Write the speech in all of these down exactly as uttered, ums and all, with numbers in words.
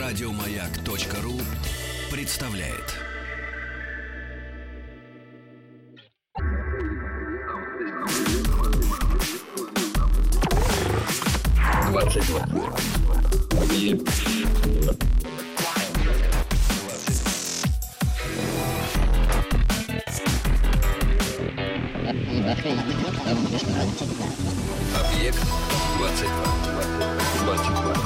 Радиомаяк.ру представляет. двадцать два. Объект двадцать два. двадцать два.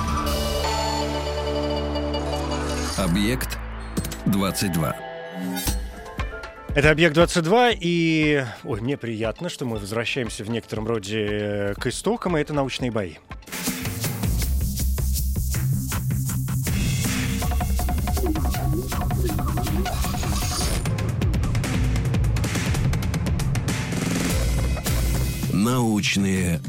Объект двадцать два. Это «Объект двадцать два», и ой, мне приятно, что мы возвращаемся в некотором роде к истокам, и это научные бои. Научные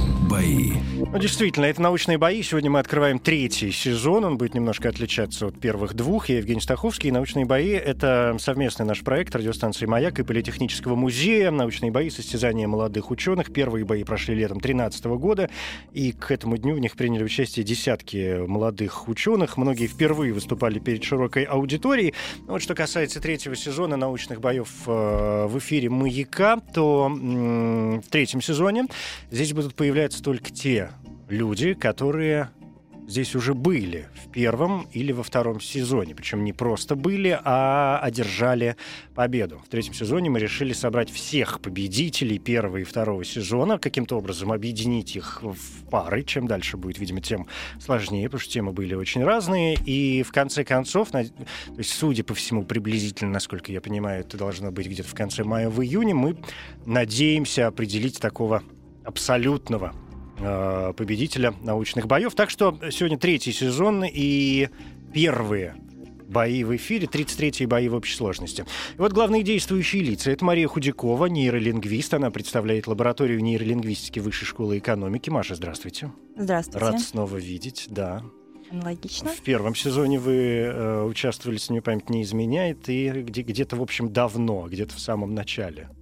бои. Ну, действительно, это научные бои. Сегодня мы открываем третий сезон. Он будет немножко отличаться от первых двух. Я Евгений Стаховский. И научные бои — это совместный наш проект радиостанции «Маяк» и Политехнического музея. Научные бои — состязания молодых ученых. Первые бои прошли летом две тысячи тринадцатого года. И к этому дню в них приняли участие десятки молодых ученых. Многие впервые выступали перед широкой аудиторией. Вот что касается третьего сезона научных боев э, в эфире «Маяка», то м- в третьем сезоне здесь будут появляться только те люди, которые здесь уже были в первом или во втором сезоне. Причем не просто были, а одержали победу. В третьем сезоне мы решили собрать всех победителей первого и второго сезона, каким-то образом объединить их в пары. Чем дальше будет, видимо, тем сложнее, потому что темы были очень разные. И в конце концов, то есть, судя по всему, приблизительно, насколько я понимаю, это должно быть где-то в конце мая, в июне, мы надеемся определить такого абсолютного победителя научных боев. Так что сегодня третий сезон и первые бои в эфире, тридцать третьи бои в общей сложности. И вот главные действующие лица. Это Мария Худякова, нейролингвист. Она представляет лабораторию нейролингвистики Высшей школы экономики. Маша, здравствуйте. Здравствуйте. Рад снова видеть, да. Аналогично. В первом сезоне вы э, участвовали, если мне память не изменяет, и где- где-то, в общем, давно, где-то в самом начале.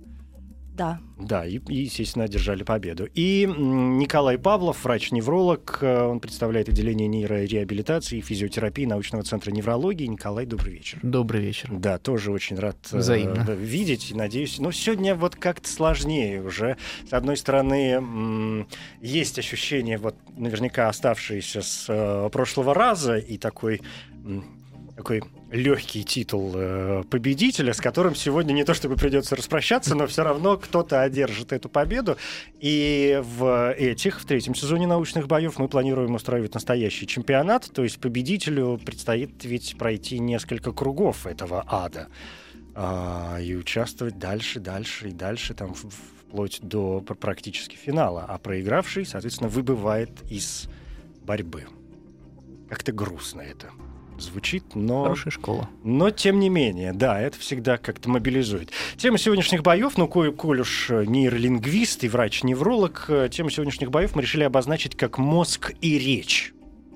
Да. Да, и, и, естественно, одержали победу. И м, Николай Павлов, врач-невролог, э, он представляет отделение нейрореабилитации и физиотерапии научного центра неврологии. Николай, добрый вечер. Добрый вечер. Да, тоже очень рад э, Взаимно. да, видеть, и надеюсь. Но сегодня вот как-то сложнее уже. С одной стороны, м, есть ощущение, вот наверняка оставшееся с э, прошлого раза, и такой... М, такой легкий титул э, победителя, с которым сегодня не то чтобы придется распрощаться, но все равно кто-то одержит эту победу. И в этих, в третьем сезоне научных боев мы планируем устраивать настоящий чемпионат. То есть победителю предстоит ведь пройти несколько кругов этого ада. А, и участвовать дальше, дальше и дальше, там, в- вплоть до пр- практически финала. А проигравший, соответственно, выбывает из борьбы. Как-то грустно это звучит, но... Хорошая школа. Но, тем не менее, да, это всегда как-то мобилизует. Тема сегодняшних боев, ну, коль, коль уж нейролингвист и врач-невролог, э, тему сегодняшних боев мы решили обозначить как «мозг и речь».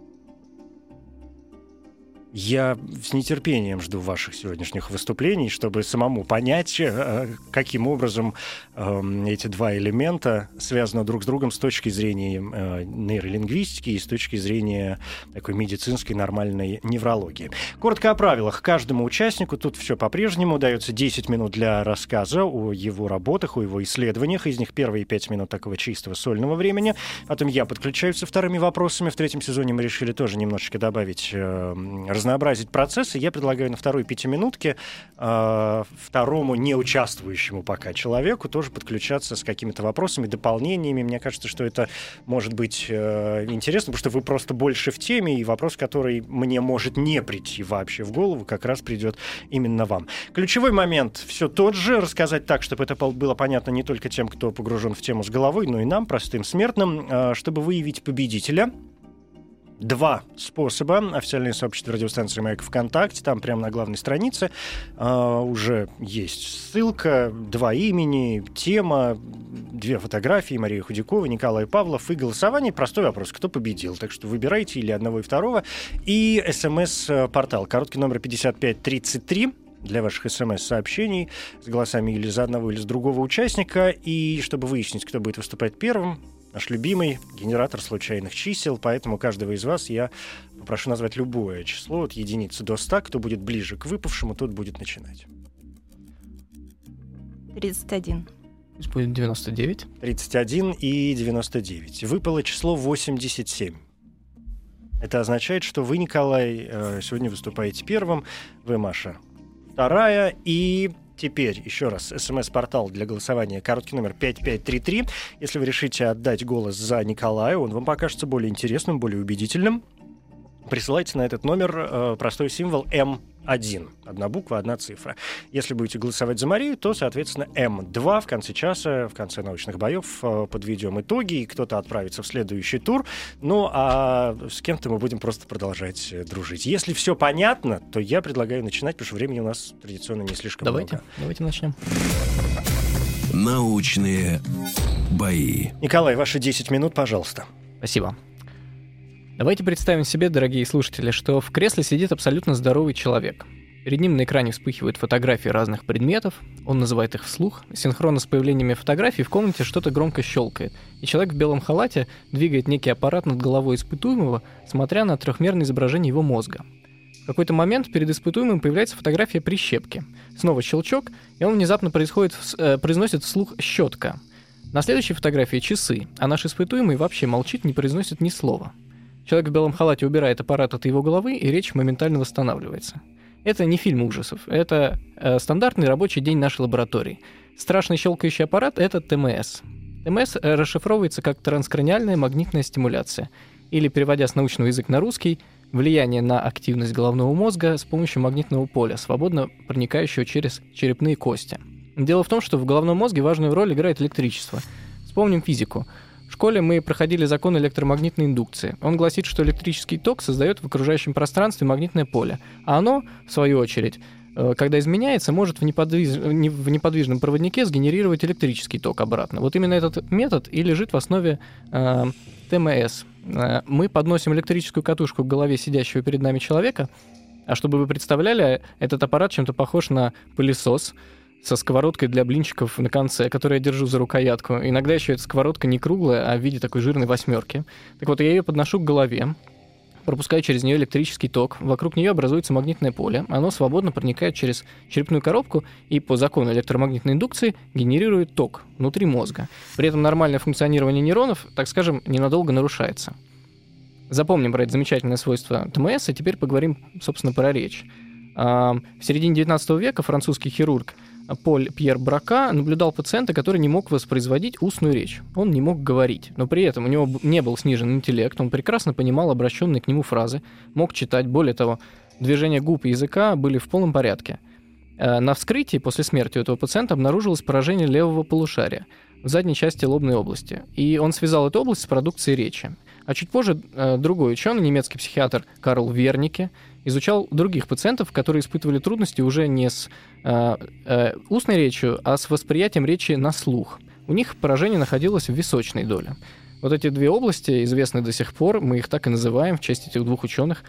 Я с нетерпением жду ваших сегодняшних выступлений, чтобы самому понять, э, каким образом э, эти два элемента связаны друг с другом с точки зрения э, нейролингвистики и с точки зрения такой медицинской нормальной неврологии. Коротко о правилах. Каждому участнику тут все по-прежнему. Дается десять минут для рассказа о его работах, о его исследованиях. Из них первые пять минут такого чистого сольного времени. Потом я подключаюсь со вторыми вопросами. В третьем сезоне мы решили тоже немножечко добавить э, разнообразить процессы. Я предлагаю на второй пятиминутке э, второму неучаствующему пока человеку тоже подключаться с какими-то вопросами, дополнениями. Мне кажется, что это может быть э, интересно, потому что вы просто больше в теме, и вопрос, который мне может не прийти вообще в голову, как раз придет именно вам. Ключевой момент все тот же. Рассказать так, чтобы это было понятно не только тем, кто погружен в тему с головой, но и нам, простым смертным, э, чтобы выявить победителя. Два способа. Официальное сообщество радиостанции «Маяк» ВКонтакте. Там прямо на главной странице э, уже есть ссылка, два имени, тема, две фотографии: Мария Худякова, Николай Павлов, и голосование. Простой вопрос: кто победил? Так что выбирайте или одного и второго. И смс-портал. Короткий номер пятьдесят пять тридцать три. Для ваших смс-сообщений с голосами или за одного, или с другого участника. И чтобы выяснить, кто будет выступать первым, наш любимый генератор случайных чисел, поэтому каждого из вас я попрошу назвать любое число от единицы до ста. Кто будет ближе к выпавшему, тот будет начинать. тридцать один. Пусть будет девяносто девять. тридцать один и девяносто девять. Выпало число восемьдесят семь. Это означает, что вы, Николай, сегодня выступаете первым, вы, Маша, вторая. И теперь еще раз смс-портал для голосования, короткий номер пять пять три три. Если вы решите отдать голос за Николая, он вам покажется более интересным, более убедительным. Присылайте на этот номер э, простой символ эм один. Одна буква, одна цифра. Если будете голосовать за Марию, то, соответственно, эм два. В конце часа, в конце научных боев э, подведем итоги, и кто-то отправится в следующий тур. Ну, а с кем-то мы будем просто продолжать э, дружить. Если все понятно, то я предлагаю начинать, потому что времени у нас традиционно не слишком Давайте, много. давайте начнем. Научные бои. Николай, ваши десять минут, пожалуйста. Спасибо. Давайте представим себе, дорогие слушатели, что в кресле сидит абсолютно здоровый человек. Перед ним на экране вспыхивают фотографии разных предметов, он называет их вслух. Синхронно с появлениями фотографий в комнате что-то громко щелкает, и человек в белом халате двигает некий аппарат над головой испытуемого, смотря на трехмерное изображение его мозга. В какой-то момент перед испытуемым появляется фотография прищепки. Снова щелчок, и он внезапно происходит, э, произносит вслух «щетка». На следующей фотографии часы, а наш испытуемый вообще молчит, не произносит ни слова. Человек в белом халате убирает аппарат от его головы, и речь моментально восстанавливается. Это не фильм ужасов, это э, стандартный рабочий день нашей лаборатории. Страшный щелкающий аппарат — это тэ эм эс. тэ эм эс расшифровывается как транскраниальная магнитная стимуляция, или, переводя с научного языка на русский, влияние на активность головного мозга с помощью магнитного поля, свободно проникающего через черепные кости. Дело в том, что в головном мозге важную роль играет электричество. Вспомним физику. В школе мы проходили закон электромагнитной индукции. Он гласит, что электрический ток создает в окружающем пространстве магнитное поле, а оно, в свою очередь, когда изменяется, может в, неподвиж... в неподвижном проводнике сгенерировать электрический ток обратно. Вот именно этот метод и лежит в основе э, тэ эм эс. Мы подносим электрическую катушку к голове сидящего перед нами человека, а чтобы вы представляли, этот аппарат чем-то похож на пылесос со сковородкой для блинчиков на конце, которую я держу за рукоятку. Иногда еще эта сковородка не круглая, а в виде такой жирной восьмерки. Так вот, я ее подношу к голове, пропускаю через нее электрический ток, вокруг нее образуется магнитное поле, оно свободно проникает через черепную коробку и по закону электромагнитной индукции генерирует ток внутри мозга. При этом нормальное функционирование нейронов, так скажем, ненадолго нарушается. Запомним про это замечательное свойство тэ эм эс, и теперь поговорим, собственно, про речь. В середине девятнадцатого века французский хирург Поль Пьер Брака наблюдал пациента, который не мог воспроизводить устную речь. Он не мог говорить, но при этом у него не был снижен интеллект, он прекрасно понимал обращенные к нему фразы, мог читать. Более того, движения губ и языка были в полном порядке. На вскрытии после смерти у этого пациента обнаружилось поражение левого полушария в задней части лобной области, и он связал эту область с продукцией речи. А чуть позже другой ученый, немецкий психиатр Карл Вернике, изучал других пациентов, которые испытывали трудности уже не с э, э, устной речью, а с восприятием речи на слух. У них поражение находилось в височной доле. Вот эти две области известны до сих пор, мы их так и называем в честь этих двух ученых.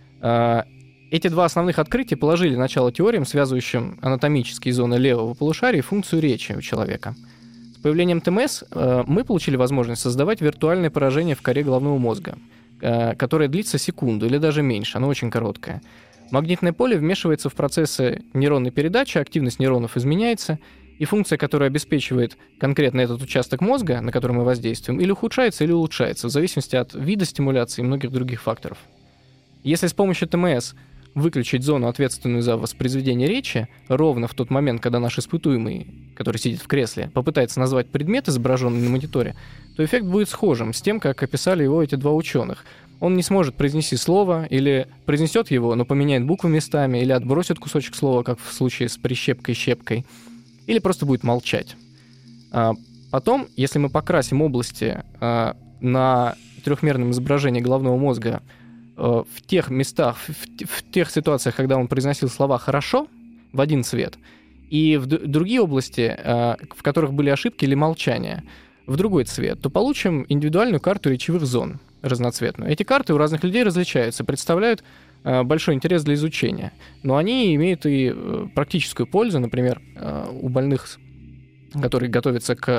Э, эти два основных открытия положили начало теориям, связывающим анатомические зоны левого полушария и функцию речи у человека. С появлением тэ эм эс э, мы получили возможность создавать виртуальное поражение в коре головного мозга, которая длится секунду или даже меньше, оно очень короткое. Магнитное поле вмешивается в процессы нейронной передачи, активность нейронов изменяется, и функция, которая обеспечивает конкретно этот участок мозга, на который мы воздействуем, или ухудшается, или улучшается, в зависимости от вида стимуляции и многих других факторов. Если с помощью тэ эм эс выключить зону, ответственную за воспроизведение речи, ровно в тот момент, когда наш испытуемый, который сидит в кресле, попытается назвать предмет, изображенный на мониторе, то эффект будет схожим с тем, как описали его эти два ученых. Он не сможет произнести слово, или произнесет его, но поменяет буквы местами, или отбросит кусочек слова, как в случае с прищепкой-щепкой, или просто будет молчать. А потом, если мы покрасим области а, на трехмерном изображении головного мозга в тех местах, в, в тех ситуациях, когда он произносил слова «хорошо», в один цвет, и в д- другие области, э, в которых были ошибки или молчания, в другой цвет, то получим индивидуальную карту речевых зон разноцветную. Эти карты у разных людей различаются, представляют э, большой интерес для изучения, но они имеют и э, практическую пользу, например, э, у больных, которые готовятся к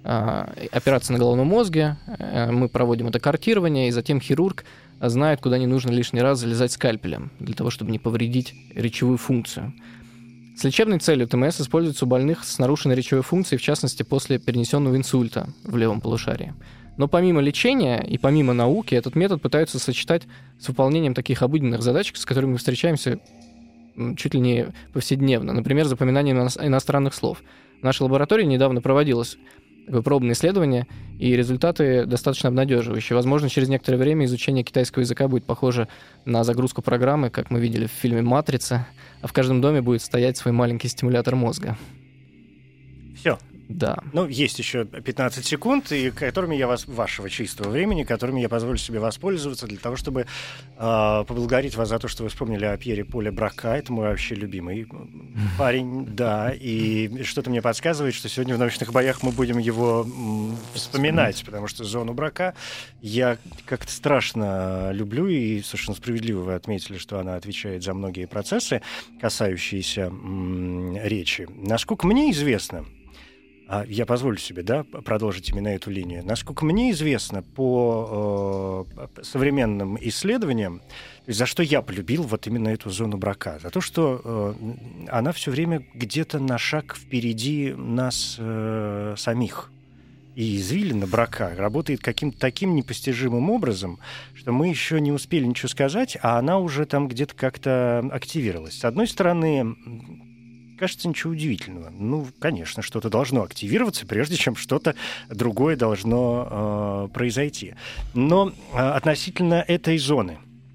операция на головном мозге, мы проводим это картирование, и затем хирург знает, куда не нужно лишний раз залезать скальпелем, для того, чтобы не повредить речевую функцию. С лечебной целью ТМС используется у больных с нарушенной речевой функцией, в частности, после перенесенного инсульта в левом полушарии. Но помимо лечения и помимо науки, этот метод пытаются сочетать с выполнением таких обыденных задач, с которыми мы встречаемся чуть ли не повседневно. Например, запоминанием иностранных слов. В нашей лаборатории недавно проводилось такое пробное исследование, и результаты достаточно обнадеживающие. Возможно, через некоторое время изучение китайского языка будет похоже на загрузку программы, как мы видели в фильме «Матрица», а в каждом доме будет стоять свой маленький стимулятор мозга. Все. Да. Ну, есть еще пятнадцать секунд, и которыми я вас, вашего чистого времени, которыми я позволю себе воспользоваться для того, чтобы э, поблагодарить вас за то, что вы вспомнили о Пьере Поле Брака. Это мой вообще любимый парень, да. И что-то мне подсказывает, что сегодня в «Научных боях» мы будем его м, вспоминать, потому что зону Брака я как-то страшно люблю, и совершенно справедливо вы отметили, что она отвечает за многие процессы, касающиеся м, речи. Насколько мне известно, я позволю себе, да, продолжить именно эту линию. Насколько мне известно по э, современным исследованиям, за что я полюбил вот именно эту зону Брака, за то, что э, она все время где-то на шаг впереди нас э, самих. И извилина Брака работает каким-то таким непостижимым образом, что мы еще не успели ничего сказать, а она уже там где-то как-то активировалась. С одной стороны, кажется, ничего удивительного. Ну, конечно, что-то должно активироваться, прежде чем что-то другое должно э, произойти. Но э, относительно этой зоны,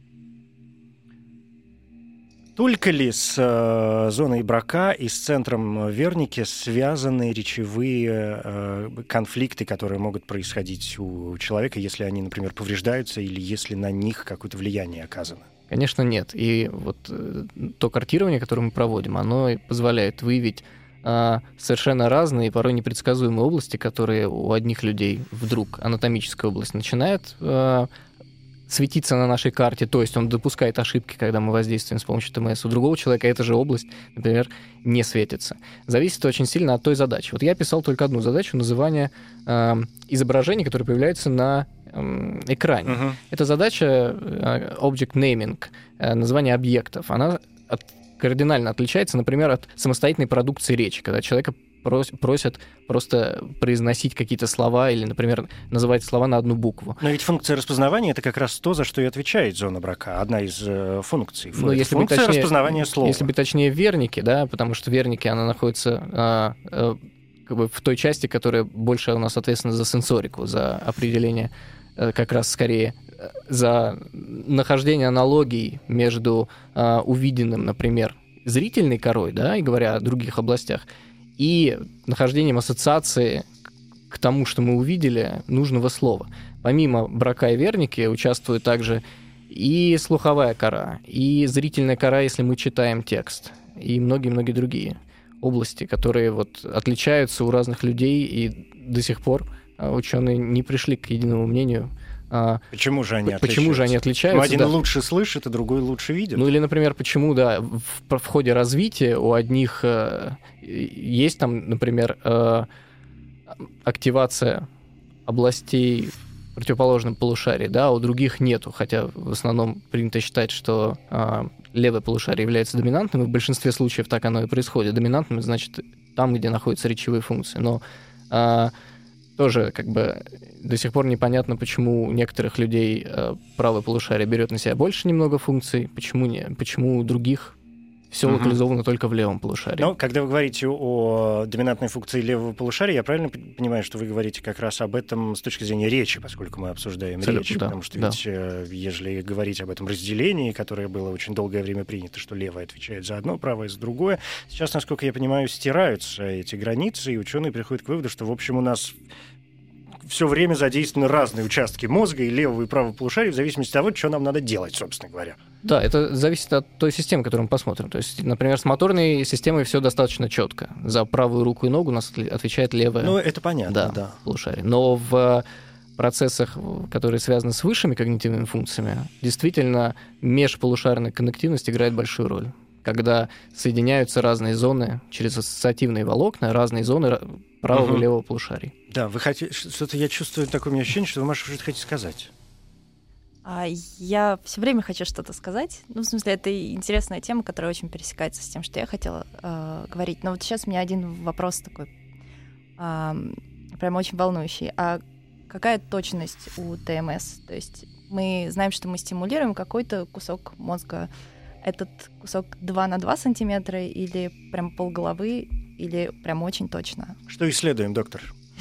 только ли с э, зоной Брака и с центром Вернике связаны речевые э, конфликты, которые могут происходить у человека, если они, например, повреждаются или если на них какое-то влияние оказано? Конечно, нет. И вот э, то картирование, которое мы проводим, оно и позволяет выявить э, совершенно разные, порой непредсказуемые области, которые у одних людей вдруг анатомическая область начинает э, светиться на нашей карте, то есть он допускает ошибки, когда мы воздействуем с помощью ТМС. У другого человека эта же область, например, не светится. Зависит очень сильно от той задачи. Вот я писал только одну задачу, называние э, изображений, которые появляются на экране. Uh-huh. Это задача object naming, название объектов. Она от, кардинально отличается, например, от самостоятельной продукции речи, когда человека прос, просят просто произносить какие-то слова или, например, называть слова на одну букву. Но ведь функция распознавания — это как раз то, за что и отвечает зона Брака. Одна из э, функций. Ну, если функция точнее, распознавания слова. Если бы точнее в Вернике, да, потому что в Вернике она находится а, а, как бы в той части, которая больше у нас ответственна за сенсорику, за определение как раз скорее за нахождение аналогий между э, увиденным, например, зрительной корой, да, и говоря о других областях, и нахождением ассоциации к тому, что мы увидели, нужного слова. Помимо Брака и Верники участвует также и слуховая кора, и зрительная кора, если мы читаем текст, и многие-многие другие области, которые вот отличаются у разных людей, и до сих пор ученые не пришли к единому мнению. Почему же они отличаются? Почему же они отличаются? Ну, один да. лучше слышит, а другой лучше видит. Ну или, например, почему, да, в, в ходе развития у одних э, есть там, например, э, активация областей в противоположном полушарии, да, а у других нету, хотя в основном принято считать, что э, левое полушарие является доминантным, и в большинстве случаев так оно и происходит. Доминантным, значит, там, где находятся речевые функции. Но э, тоже как бы до сих пор непонятно, почему у некоторых людей э, правое полушарие берет на себя больше немного функций, почему, не, почему у других все угу. локализовано только в левом полушарии. Но когда вы говорите о доминантной функции левого полушария, я правильно понимаю, что вы говорите как раз об этом с точки зрения речи, поскольку мы обсуждаем Абсолютно, речь, да, потому что ведь, да. ежели говорить об этом разделении, которое было очень долгое время принято, что левое отвечает за одно, правое за другое, сейчас, насколько я понимаю, стираются эти границы, и ученые приходят к выводу, что, в общем, у нас все время задействованы разные участки мозга и левого и правого полушария в зависимости от того, что нам надо делать, собственно говоря. Да, это зависит от той системы, которую мы посмотрим. То есть, например, с моторной системой все достаточно четко. За правую руку и ногу у нас отвечает левое. Ну, это понятно, да, да. полушарие. Но в процессах, которые связаны с высшими когнитивными функциями, действительно межполушарная коннективность играет большую роль. Когда соединяются разные зоны через ассоциативные волокна, разные зоны правого угу. и левого полушарий. Да, вы хотите... Что-то я чувствую такое у меня ощущение, что вы, Маша, что-то хотите сказать. А, я все время хочу что-то сказать. Ну, в смысле, это интересная тема, которая очень пересекается с тем, что я хотела э, говорить. Но вот сейчас у меня один вопрос такой, э, прям очень волнующий. А какая точность у ТМС? То есть мы знаем, что мы стимулируем какой-то кусок мозга. Этот кусок два на два сантиметра или прям полголовы, или прям очень точно? Что исследуем, доктор?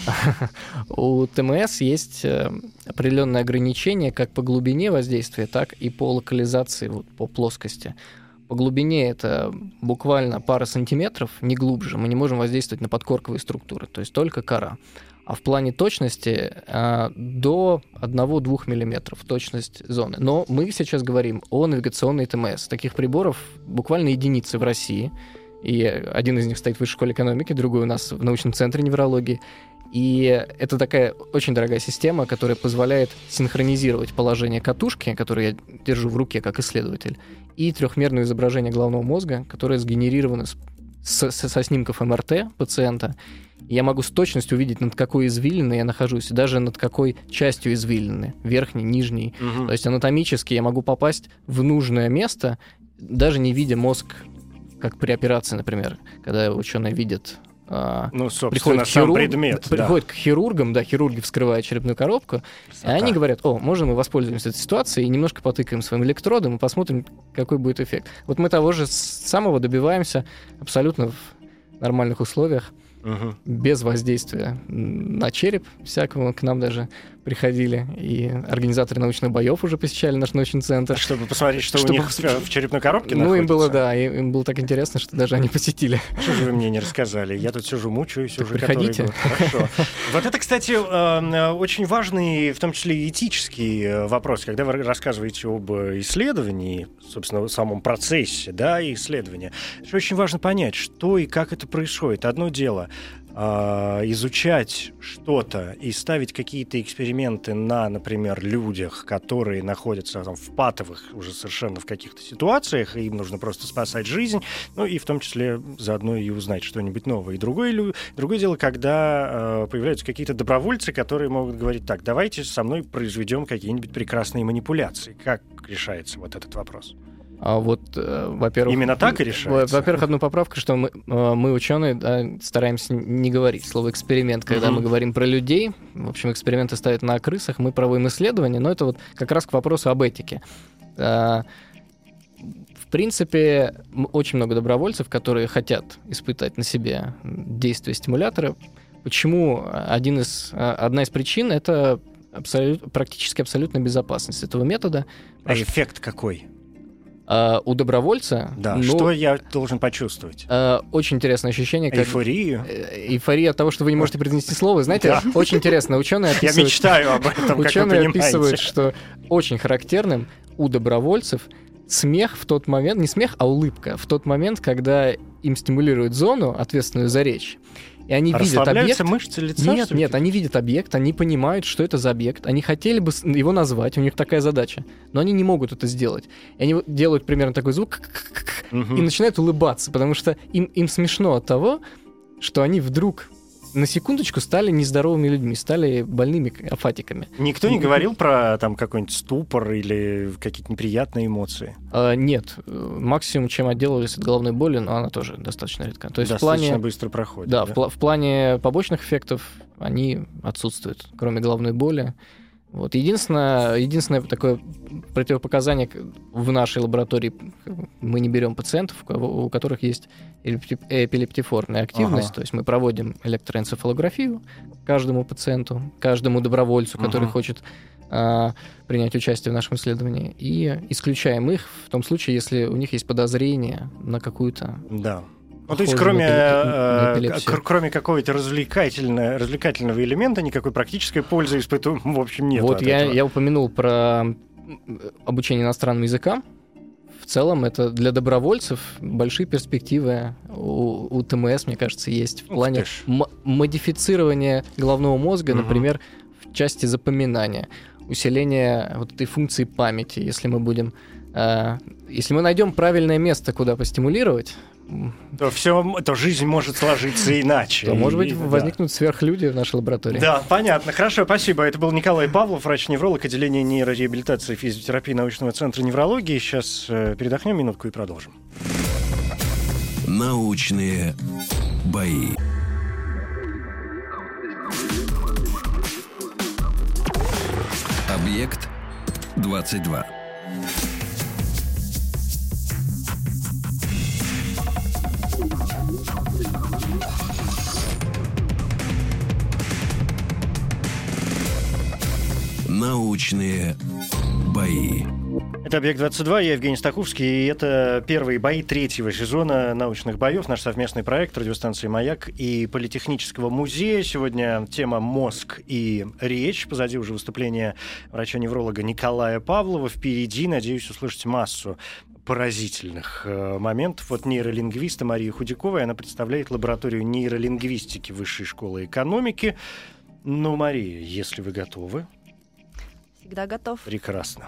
У ТМС есть определенные ограничения как по глубине воздействия, так и по локализации, вот, по плоскости. По глубине это буквально пара сантиметров, не глубже. Мы не можем воздействовать на подкорковые структуры, то есть только кора. А в плане точности до одного-двух миллиметров точность зоны. Но мы сейчас говорим о навигационной ТМС. Таких приборов буквально единицы в России. И один из них стоит в Высшей школе экономики, другой у нас в научном центре неврологии. И это такая очень дорогая система, которая позволяет синхронизировать положение катушки, которую я держу в руке как исследователь, и трехмерное изображение головного мозга, которое сгенерировано с, с, со снимков эм эр тэ пациента. И я могу с точностью увидеть, над какой извилиной я нахожусь, и даже над какой частью извилины, верхней, нижней. Угу. То есть анатомически я могу попасть в нужное место, даже не видя мозг, как при операции, например, когда ученые видят... Ну, собственно, приходит сам хирург, предмет. Приходит да. к хирургам, да, хирурги вскрывают черепную коробку, Красота. И они говорят: о, можно мы воспользуемся этой ситуацией и немножко потыкаем своим электродом и посмотрим, какой будет эффект. Вот мы того же самого добиваемся абсолютно в нормальных условиях, угу. без воздействия на череп всякого. К нам даже приходили и организаторы научных боев уже посещали наш научный центр. Чтобы посмотреть, что Чтобы... у них в черепной коробке ну, находится. Ну, им было, да, им было так интересно, что даже они посетили. Что же вы мне не рассказали? Я тут сижу, мучаюсь так уже приходите. который год. Хорошо. Вот это, кстати, очень важный, в том числе этический вопрос. Когда вы рассказываете об исследовании, собственно, о самом процессе, да, исследования, очень важно понять, что и как это происходит. Одно дело изучать что-то и ставить какие-то эксперименты на, например, людях, которые находятся там, в патовых уже совершенно в каких-то ситуациях, и им нужно просто спасать жизнь, ну и в том числе заодно и узнать что-нибудь новое. И другое, другое дело, когда э, появляются какие-то добровольцы, которые могут говорить: так, давайте со мной произведем какие-нибудь прекрасные манипуляции. Как решается вот этот вопрос? А вот, э, во-первых... Именно так и решается? Во-первых, одну поправку, что мы, мы ученые, да, стараемся не говорить слово «эксперимент», когда uh-huh. мы говорим про людей. В общем, эксперименты ставят на крысах, мы проводим исследования, но это вот как раз к вопросу об этике. В принципе, очень много добровольцев, которые хотят испытать на себе действие стимулятора. Почему? Один из, одна из причин — это абсолют, практически абсолютная безопасность этого метода. А эффект какой? Uh, у добровольца... Да, ну, что я должен почувствовать? Uh, очень интересное ощущение. Как... Эйфорию? Эйфория от того, что вы не можете произнести слово. Знаете, да. очень интересно. Ученые описывают... Я мечтаю об этом, Ученые как вы описывают, что очень характерным у добровольцев смех в тот момент... Не смех, а улыбка. В тот момент, когда им стимулируют зону, ответственную за речь, и они видят объект... мышцы лица? Нет, нет, они видят объект, они понимают, что это за объект, они хотели бы его назвать, у них такая задача, но они не могут это сделать. И они делают примерно такой звук угу. и начинают улыбаться, потому что им, им смешно от того, что они вдруг на секундочку стали нездоровыми людьми, стали больными афатиками. Никто не говорил про там какой-нибудь ступор или какие-то неприятные эмоции? А, нет. Максимум, чем отделывались от головной боли, но она тоже достаточно редка. То есть достаточно в плане, быстро проходит. Да, да? В, пл- в плане побочных эффектов они отсутствуют, кроме головной боли. Вот. Единственное, единственное такое противопоказание в нашей лаборатории: мы не берем пациентов, у которых есть эпилептиформная активность, ага. то есть мы проводим электроэнцефалографию каждому пациенту, каждому добровольцу, который ага. хочет а, принять участие в нашем исследовании, и исключаем их в том случае, если у них есть подозрение на какую-то... Да. Ну, то есть, кроме, э, кроме какого-то развлекательного, развлекательного элемента, никакой практической пользы испытываем, в общем, нет. Вот я, я упомянул про обучение иностранным языкам. В целом, это для добровольцев большие перспективы у, у ТМС, мне кажется, есть в плане м- модифицирования головного мозга, угу. например, в части запоминания, усиления вот этой функции памяти. Если мы будем... Э, если мы найдем правильное место, куда постимулировать, То, все, то жизнь может сложиться иначе. То, и, может быть, и, возникнут да. сверхлюди в нашей лаборатории. Да, понятно. Хорошо, спасибо. Это был Николай Павлов, врач-невролог, отделение нейрореабилитации и физиотерапии научного центра неврологии. Сейчас э, передохнем минутку и продолжим. Научные бои. Объект двадцать два. Научные бои. Это «Объект двадцать два», я Евгений Стаховский, и это первые бои третьего сезона научных боев, наш совместный проект радиостанции «Маяк» и Политехнического музея. Сегодня тема «Мозг и речь». Позади уже выступление врача-невролога Николая Павлова. Впереди, надеюсь, услышать массу поразительных э, моментов. Вот нейролингвиста Мария Худякова, она представляет лабораторию нейролингвистики Высшей школы экономики. Ну, Мария, если вы готовы... Всегда готов. Прекрасно.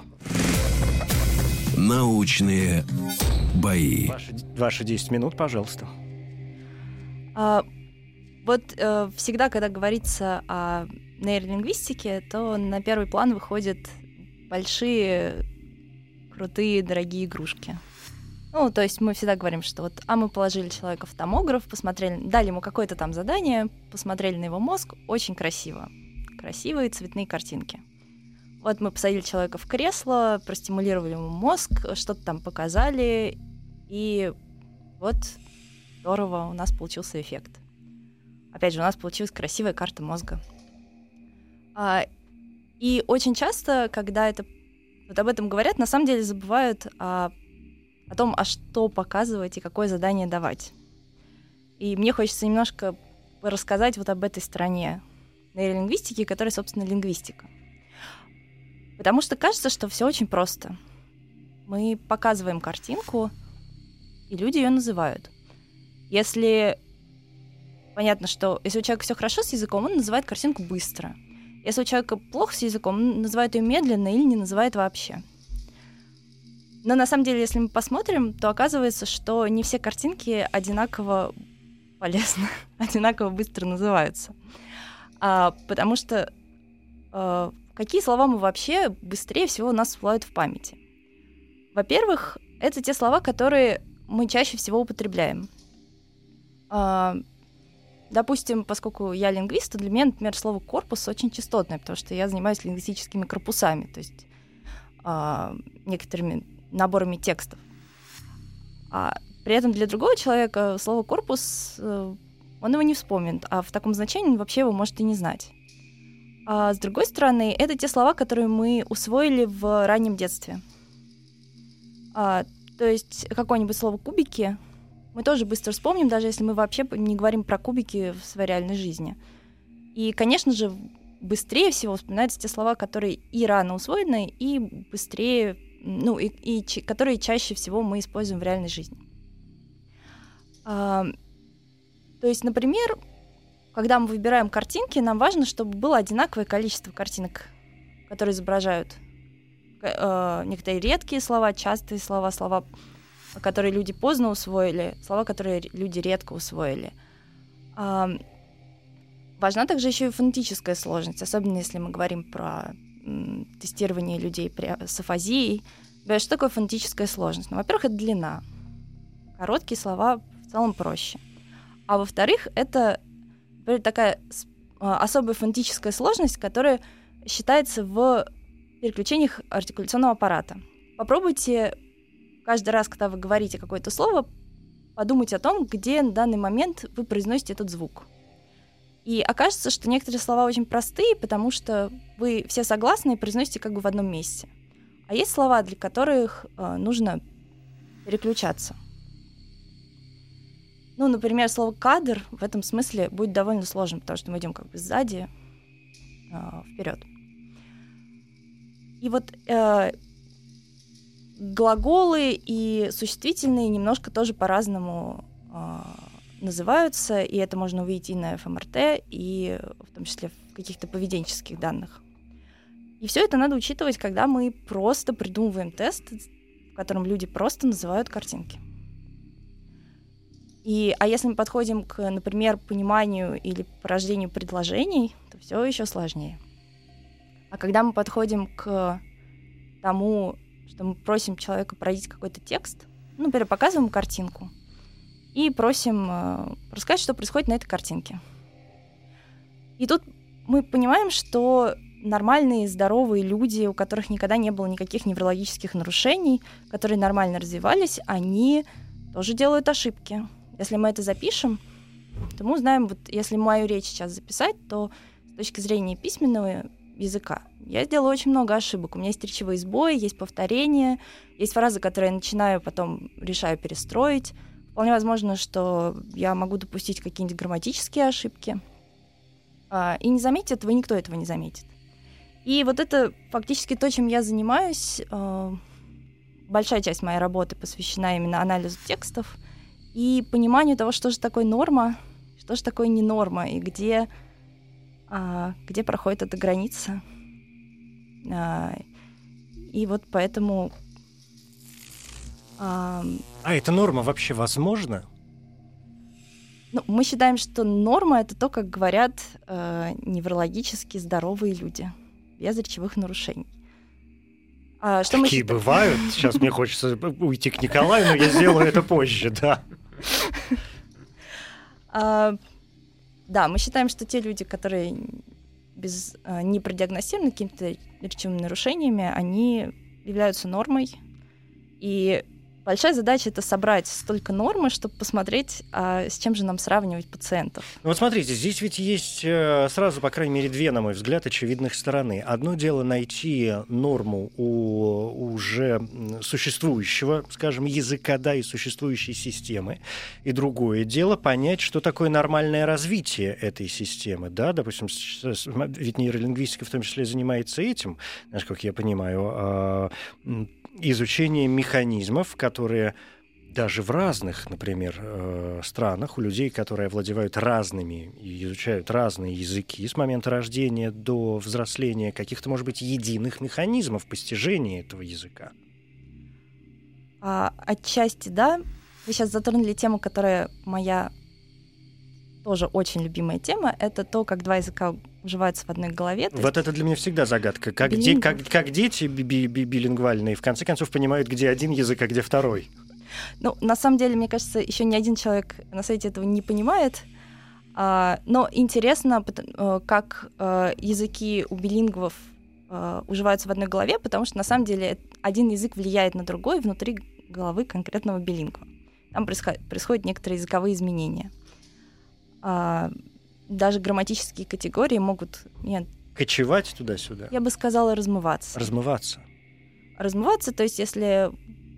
Научные бои. Ваши, ваши десять минут, пожалуйста. А, вот э, всегда, когда говорится о нейролингвистике, то на первый план выходят большие, крутые, дорогие игрушки. Ну, то есть мы всегда говорим, что вот, а мы положили человека в томограф, посмотрели, дали ему какое-то там задание, посмотрели на его мозг, очень красиво. Красивые цветные картинки. Вот мы посадили человека в кресло, простимулировали ему мозг, что-то там показали, и вот здорово, у нас получился эффект. Опять же, у нас получилась красивая карта мозга. А, и очень часто, когда это, вот об этом говорят, на самом деле забывают о, о том, а что показывать и какое задание давать. И мне хочется немножко рассказать вот об этой стороне нейролингвистики, которая, собственно, лингвистика. Потому что кажется, что все очень просто. Мы показываем картинку, и люди ее называют. Если понятно, что если у человека все хорошо с языком, он называет картинку быстро. Если у человека плохо с языком, он называет ее медленно или не называет вообще. Но на самом деле, если мы посмотрим, то оказывается, что не все картинки одинаково полезны, одинаково быстро называются. А, потому что а, какие слова мы вообще быстрее всего у нас всплывают в памяти? Во-первых, это те слова, которые мы чаще всего употребляем. А, допустим, поскольку я лингвист, то для меня, например, слово «корпус» очень частотное, потому что я занимаюсь лингвистическими корпусами, то есть а, некоторыми наборами текстов. А при этом для другого человека слово «корпус», он его не вспомнит, а в таком значении он вообще его может и не знать. А с другой стороны, это те слова, которые мы усвоили в раннем детстве. А, то есть какое-нибудь слово «кубики» мы тоже быстро вспомним, даже если мы вообще не говорим про кубики в своей реальной жизни. И, конечно же, быстрее всего вспоминаются те слова, которые и рано усвоены, и быстрее, ну, и, и ч- которые чаще всего мы используем в реальной жизни. А, то есть, например, когда мы выбираем картинки, нам важно, чтобы было одинаковое количество картинок, которые изображают э, некоторые редкие слова, частые слова, слова, которые люди поздно усвоили, слова, которые люди редко усвоили. Э, важна также еще и фонетическая сложность, особенно если мы говорим про м, тестирование людей при, с афазией. Что такое фонетическая сложность? Ну, во-первых, это длина. Короткие слова в целом проще. А во-вторых, это такая особая фонетическая сложность, которая считается в переключениях артикуляционного аппарата. Попробуйте каждый раз, когда вы говорите какое-то слово, подумать о том, где на данный момент вы произносите этот звук. И окажется, что некоторые слова очень простые, потому что вы все согласны и произносите как бы в одном месте. А есть слова, для которых э, нужно переключаться. Ну, например, слово «кадр» в этом смысле будет довольно сложным, потому что мы идем как бы сзади э, вперед. И вот э, глаголы и существительные немножко тоже по-разному э, называются, и это можно увидеть и на эф эм эр тэ, и в том числе в каких-то поведенческих данных. И все это надо учитывать, когда мы просто придумываем тест, в котором люди просто называют картинки. И, а если мы подходим к, например, пониманию или порождению предложений, то все еще сложнее. А когда мы подходим к тому, что мы просим человека пройти какой-то текст, ну, например, показываем картинку и просим э, рассказать, что происходит на этой картинке. И тут мы понимаем, что нормальные, здоровые люди, у которых никогда не было никаких неврологических нарушений, которые нормально развивались, они тоже делают ошибки. Если мы это запишем, то мы узнаем, вот если мою речь сейчас записать, то с точки зрения письменного языка я сделала очень много ошибок. У меня есть речевые сбои, есть повторения, есть фразы, которые я начинаю, потом решаю перестроить. Вполне возможно, что я могу допустить какие-нибудь грамматические ошибки. И не заметить этого, и никто этого не заметит. И вот это фактически то, чем я занимаюсь. Большая часть моей работы посвящена именно анализу текстов и пониманию того, что же такое норма, что же такое не норма, и где, а, где проходит эта граница. А, и вот поэтому... А, а эта норма вообще возможна? Ну, мы считаем, что норма — это то, как говорят э, неврологически здоровые люди, без речевых нарушений. А, что Такие мы... бывают. Сейчас мне хочется уйти к Николаю, но я сделаю это позже, да. А, да, мы считаем, что те люди, которые без, а, не продиагностированы какими-то речевыми нарушениями, они являются нормой. И большая задача — это собрать столько нормы, чтобы посмотреть, а с чем же нам сравнивать пациентов. Ну вот смотрите, здесь ведь есть э, сразу, по крайней мере, две, на мой взгляд, очевидных стороны. Одно дело найти норму у уже существующего, скажем, языка, да, и существующей системы. И другое дело понять, что такое нормальное развитие этой системы. Да? Допустим, ведь нейролингвистика в том числе занимается этим, насколько я понимаю, э, изучение механизмов, которые даже в разных, например, странах у людей, которые овладевают разными и изучают разные языки с момента рождения до взросления, каких-то, может быть, единых механизмов постижения этого языка. А, отчасти, да. Вы сейчас затронули тему, которая моя тоже очень любимая тема. Это то, как два языка уживаются в одной голове. Вот есть... это для меня всегда загадка. Как, де, как, как дети би- би- би- билингвальные в конце концов понимают, где один язык, а где второй? Ну, на самом деле, мне кажется, еще ни один человек на свете этого не понимает. А, но интересно, как а, языки у билингвов а, уживаются в одной голове, потому что на самом деле один язык влияет на другой внутри головы конкретного билингва. Там происходят, происходят некоторые языковые изменения. А, даже грамматические категории могут... Нет, кочевать туда-сюда? Я бы сказала, размываться. Размываться. Размываться, то есть если,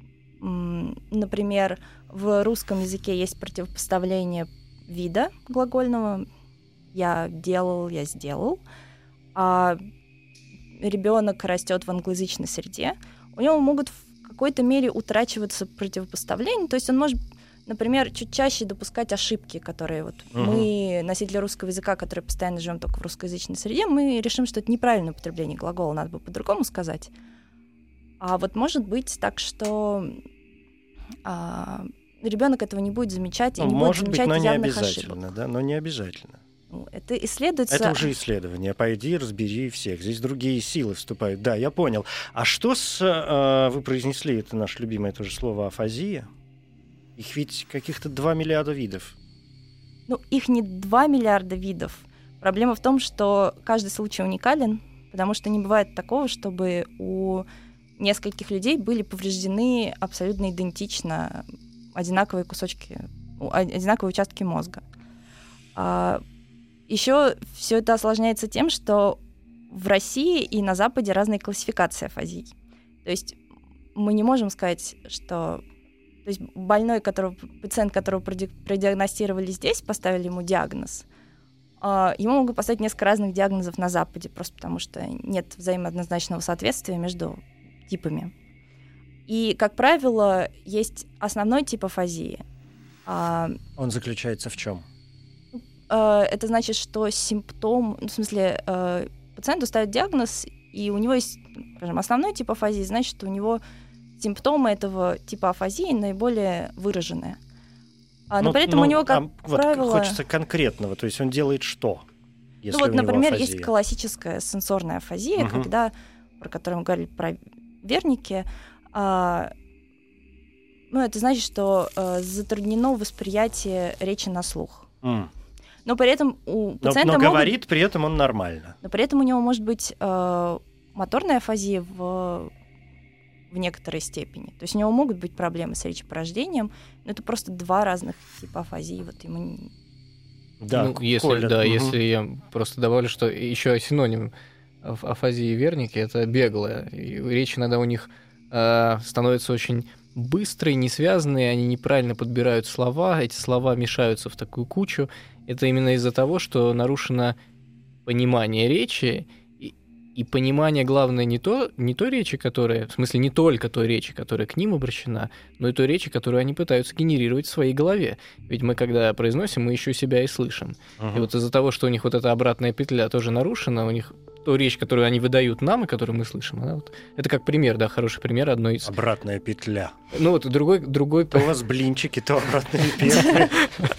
например, в русском языке есть противопоставление вида глагольного «я делал», «я сделал», а ребенок растет в англоязычной среде, у него могут в какой-то мере утрачиваться противопоставления, то есть он может... Например, чуть чаще допускать ошибки, которые вот uh-huh. мы, носители русского языка, которые постоянно живем только в русскоязычной среде, мы решим, что это неправильное употребление глагола, надо бы по-другому сказать. А вот может быть так, что а, ребенок этого не будет замечать и ну, не может будет замечать быть, но явных не обязательно, ошибок. Да, но не обязательно. Ну, это исследуется. Это уже исследование. Пойди, разбери всех. Здесь другие силы вступают. Да, я понял. А что с... Э, вы произнесли, это наше любимое тоже слово, афазия? Их ведь каких-то два миллиарда видов. Ну, их не два миллиарда видов. Проблема в том, что каждый случай уникален, потому что не бывает такого, чтобы у нескольких людей были повреждены абсолютно идентично одинаковые кусочки, одинаковые участки мозга. А еще все это осложняется тем, что в России и на Западе разные классификации афазий. То есть мы не можем сказать, что... То есть больной, которого, пациент, которого продиагностировали здесь, поставили ему диагноз, ему могут поставить несколько разных диагнозов на Западе, просто потому что нет взаимооднозначного соответствия между типами. И, как правило, есть основной тип афазии. Он заключается в чем? Это значит, что симптом... В смысле, пациенту ставят диагноз, и у него есть, скажем, основной тип афазии, значит, что у него... симптомы этого типа афазии наиболее выраженные. А, но ну, при этом ну, у него, как а, правило... Вот хочется конкретного, то есть он делает что? Если ну вот, например, афазия? Есть классическая сенсорная афазия, угу. когда, про которую мы говорили, про верники, а, ну это значит, что а, затруднено восприятие речи на слух. Mm. Но при этом у пациента... Но, но могут... говорит, при этом он нормально. Но при этом у него может быть а, моторная афазия в... в некоторой степени. То есть у него могут быть проблемы с речепорождением, но это просто два разных типа афазии. Вот ему... Да, ну, если, да, угу. если я просто добавлю, что еще синоним афазии верники — это беглая. И речь иногда у них э, становится очень быстрой, несвязанной, они неправильно подбирают слова, эти слова мешаются в такую кучу. Это именно из-за того, что нарушено понимание речи, и понимание, главное, не то, не той речи, которая, в смысле, не только той речи, которая к ним обращена, но и той речи, которую они пытаются генерировать в своей голове. Ведь мы, когда произносим, мы еще себя и слышим. Uh-huh. И вот из-за того, что у них вот эта обратная петля тоже нарушена, у них ту речь, которую они выдают нам, и которую мы слышим, она вот, это как пример, да, хороший пример одной из... Обратная петля. Ну вот другой... другой... То у вас блинчики, то обратные петли.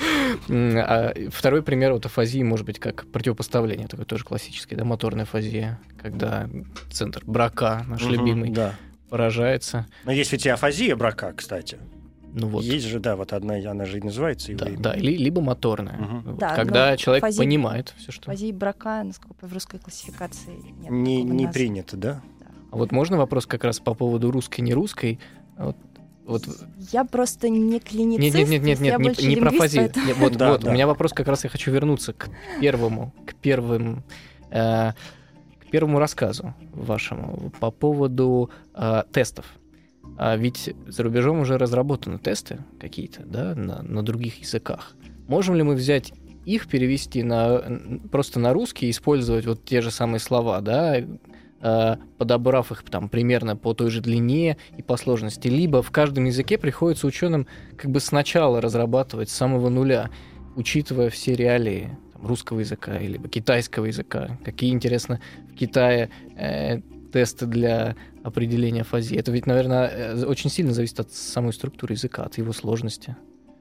А второй пример вот афазии может быть как противопоставление, такой тоже классический, да, моторная афазия, когда центр Брака, наш угу, любимый, да. поражается. Но есть ведь и афазия Брака, кстати. Ну вот. Есть же, да, вот одна, она же и называется. Да, да, или, либо моторная. Угу. Вот, да, когда человек афазия, понимает все, что... Афазии Брака, насколько в русской классификации нет. Не, не принято, да? да? А вот можно вопрос как раз по поводу русской, не русской? Вот, вот... Я просто не клиницист. Нет, нет, нет, нет, нет не, не про афазию. Поэтому... Нет, вот, да, вот да. У меня вопрос как раз, я хочу вернуться к первому, к первым... Э, к первому рассказу вашему по поводу э, тестов. А ведь за рубежом уже разработаны тесты какие-то, да, на, на других языках. Можем ли мы взять их, перевести на, просто на русский, использовать вот те же самые слова, да, э, подобрав их там примерно по той же длине и по сложности, либо в каждом языке приходится ученым как бы сначала разрабатывать с самого нуля, учитывая все реалии там, русского языка или китайского языка. Какие, интересно, в Китае э, тесты для определения афазии. Это ведь, наверное, очень сильно зависит от самой структуры языка, от его сложности.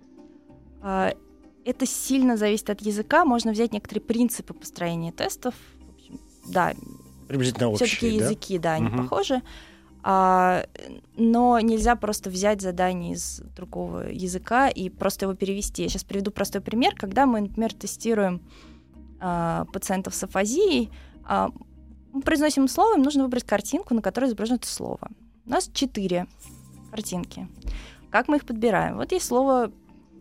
Это сильно зависит от языка. Можно взять некоторые принципы построения тестов. В общем, да, приблизительно общие, все-таки да? языки, да, они угу. похожи. А, но нельзя просто взять задание из другого языка и просто его перевести. Я сейчас приведу простой пример. Когда мы, например, тестируем а, пациентов с афазией, а, мы произносим слово, им нужно выбрать картинку, на которой изображено это слово. У нас четыре картинки. Как мы их подбираем? Вот есть слово,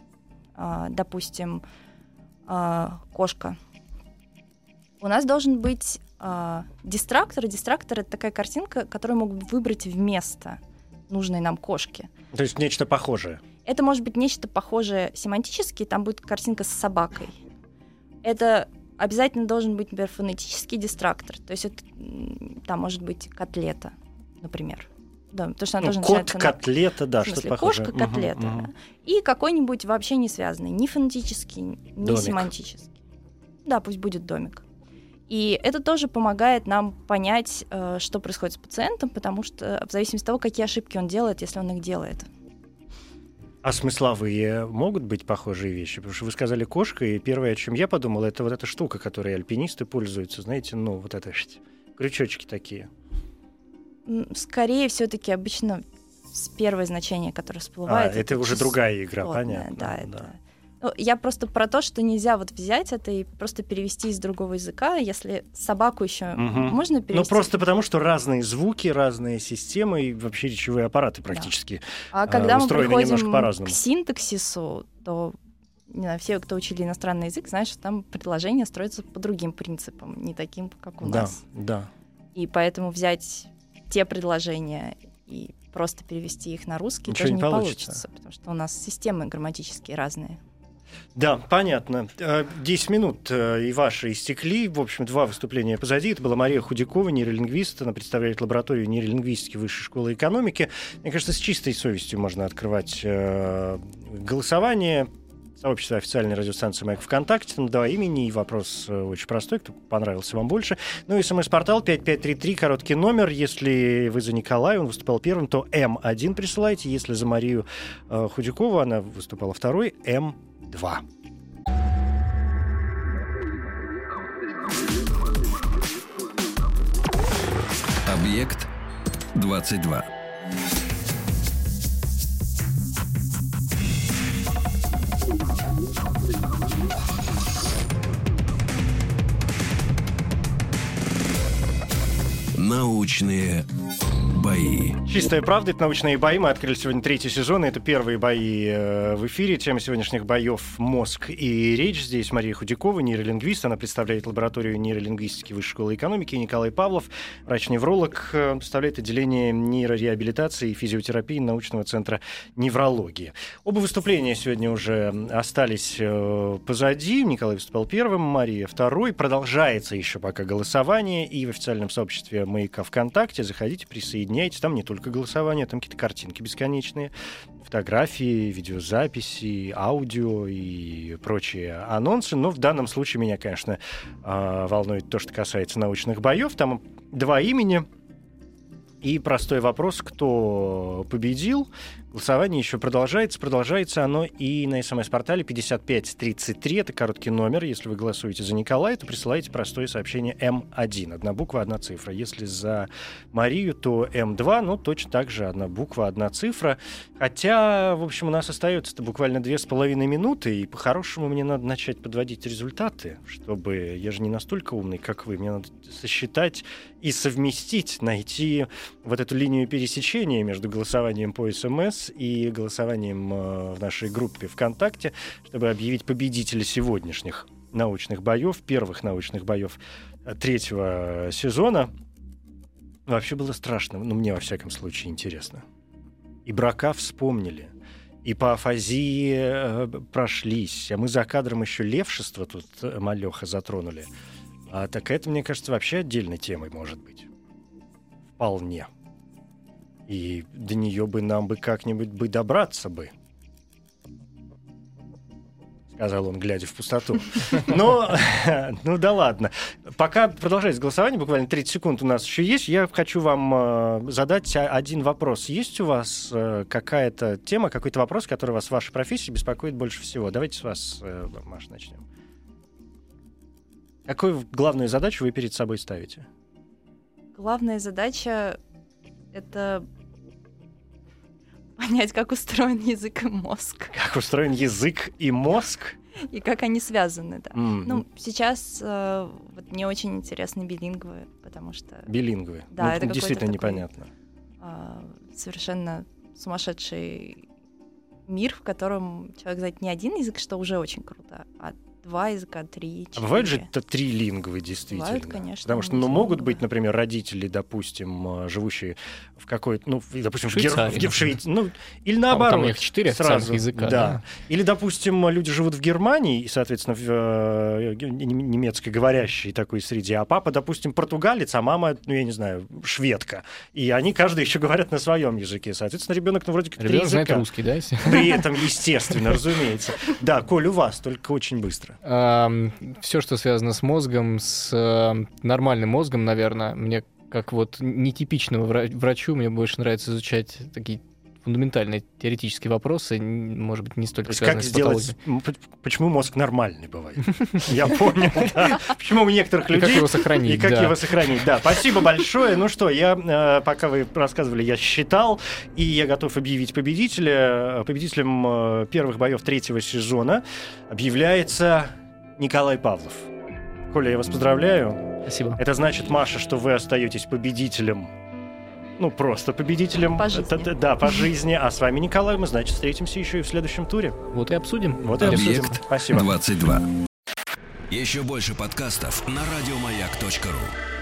допустим, кошка. У нас должен быть дистрактор. Дистрактор — это такая картинка, которую могут выбрать вместо нужной нам кошки. То есть нечто похожее. Это может быть нечто похожее семантически. Там будет картинка с собакой. Это обязательно должен быть, например, фонетический дистрактор. То есть это, там может быть котлета, например. Да, потому что она ну, тоже кот, начинается котлета, на... да, в смысле, что-то похожее. Кошка, котлета. Угу, да. Угу. И какой-нибудь вообще не связанный, ни фонетический, ни домик. Семантический. Да, пусть будет домик. И это тоже помогает нам понять, что происходит с пациентом, потому что в зависимости от того, какие ошибки он делает, если он их делает. А смысловые могут быть похожие вещи? Потому что вы сказали кошка, и первое, о чем я подумал, это вот эта штука, которой альпинисты пользуются, знаете, ну, вот это крючочки такие. Скорее, все-таки обычно с первое значение, которое всплывает. А, это, это уже другая игра, понятно. Да, да. это... Ну, я просто про то, что нельзя вот взять это и просто перевести из другого языка, если собаку еще угу. можно перевести. Ну, просто потому, что разные звуки, разные системы и вообще речевые аппараты практически да. А когда мы приходим по-разному. К синтаксису, то не знаю, все, кто учили иностранный язык, знают, что там предложения строятся по другим принципам, не таким, как у да, нас. Да. И поэтому взять те предложения и просто перевести их на русский Ничего тоже не, не получится. получится, потому что у нас системы грамматические разные. Да, понятно. Десять минут и ваши истекли. В общем, два выступления позади. Это была Мария Худякова, нейролингвист. Она представляет лабораторию нейролингвистики Высшей школы экономики. Мне кажется, с чистой совестью можно открывать голосование. Сообщество официальной радиостанции «Маяк» ВКонтакте. Там два имени, и вопрос очень простой, кто понравился вам больше. Ну и смс-портал пять пять три три, короткий номер. Если вы за Николая, он выступал первым, то эм один присылайте. Если за Марию э, Худякову, она выступала второй, эм два. Объект двадцать два. Научные бои. Чистая правда, это научные бои. Мы открыли сегодня третий сезон, и это первые бои э, в эфире. Тема сегодняшних боев — мозг и речь. Здесь Мария Худякова, нейролингвист. Она представляет лабораторию нейролингвистики Высшей школы экономики. И Николай Павлов, врач-невролог, э, представляет отделение нейрореабилитации и физиотерапии научного центра неврологии. Оба выступления сегодня уже остались э, позади. Николай выступал первым, Мария второй. Продолжается еще пока голосование. И в официальном сообществе «Маяка ВКонтакте» заходите, присоединяйтесь. Там не только голосование, там какие-то картинки бесконечные, фотографии, видеозаписи, аудио и прочие анонсы. Но в данном случае меня, конечно, волнует то, что касается научных боев. Там два имени и простой вопрос, кто победил. Голосование еще продолжается. Продолжается оно и на СМС-портале пятьдесят пять тридцать три. Это короткий номер. Если вы голосуете за Николая, то присылаете простое сообщение эм один. Одна буква, одна цифра. Если за Марию, то эм два. Ну, точно так же. Одна буква, одна цифра. Хотя, в общем, у нас остается буквально две с половиной минуты. И по-хорошему мне надо начать подводить результаты, чтобы... Я же не настолько умный, как вы. Мне надо сосчитать и совместить, найти вот эту линию пересечения между голосованием по СМС и голосованием э, в нашей группе ВКонтакте, чтобы объявить победителя сегодняшних научных боев, первых научных боев третьего сезона. Вообще было страшно, ну, мне, во всяком случае, интересно. И Брака вспомнили, и по афазии э, прошлись, а мы за кадром еще левшество тут, э, малеха, затронули. А так это, мне кажется, вообще отдельной темой может быть. Вполне. И до нее бы нам бы как-нибудь бы добраться бы. Сказал он, глядя в пустоту. Но, ну да ладно. Пока продолжается голосование, буквально тридцать секунд у нас еще есть. Я хочу вам э, задать один вопрос. Есть у вас э, какая-то тема, какой-то вопрос, который вас в вашей профессии беспокоит больше всего? Давайте с вас, э, Маша, начнем. Какую главную задачу вы перед собой ставите? Главная задача — это понять, как устроен язык и мозг. Как устроен язык и мозг? И как они связаны, да. Mm. Ну, сейчас э, вот мне очень интересны билингвы, потому что... Билингвы. Да, ну, это действительно такой, непонятно. Э, совершенно сумасшедший мир, в котором человек знает не один язык, что уже очень круто, а два языка, три, четыре. А бывают же это трилингвы, действительно? Бывают, конечно. Потому что, ну, могут быть, например, родители, допустим, живущие в какой-то, ну, допустим, в, Гер... в, Гер... в Швейцарии, ну, или наоборот. Там у них четыре официальных языка. Да. да. Или, допустим, люди живут в Германии, и, соответственно, в э, немецкоговорящей такой среде, а папа, допустим, португалец, а мама, ну, я не знаю, шведка. И они каждый еще говорят на своем языке. Соответственно, ребенок, ну, вроде как три языка. Знает русский, да? При этом, естественно, разумеется. Да, Коль, у вас, только очень быстро. Все, что связано с мозгом, с э, нормальным мозгом, наверное, мне как вот нетипичному врачу, мне больше нравится изучать такие фундаментальные теоретические вопросы, может быть, не столько связанные с патологией. Почему мозг нормальный бывает? Я понял, да. Почему у некоторых людей... И как его сохранить. И как его сохранить, да. Спасибо большое. Ну что, я, пока вы рассказывали, я считал, и я готов объявить победителя. Победителем первых боев третьего сезона объявляется Николай Павлов. Коля, я вас поздравляю. Спасибо. Это значит, Маша, что вы остаетесь победителем. Ну, просто победителем. По жизни. Да, да, по жизни. А с вами Николай, мы, значит, встретимся еще и в следующем туре. Вот и обсудим. Вот и обсудим. Объект Спасибо. двадцать два. Еще больше подкастов на радиомаяк точка ру.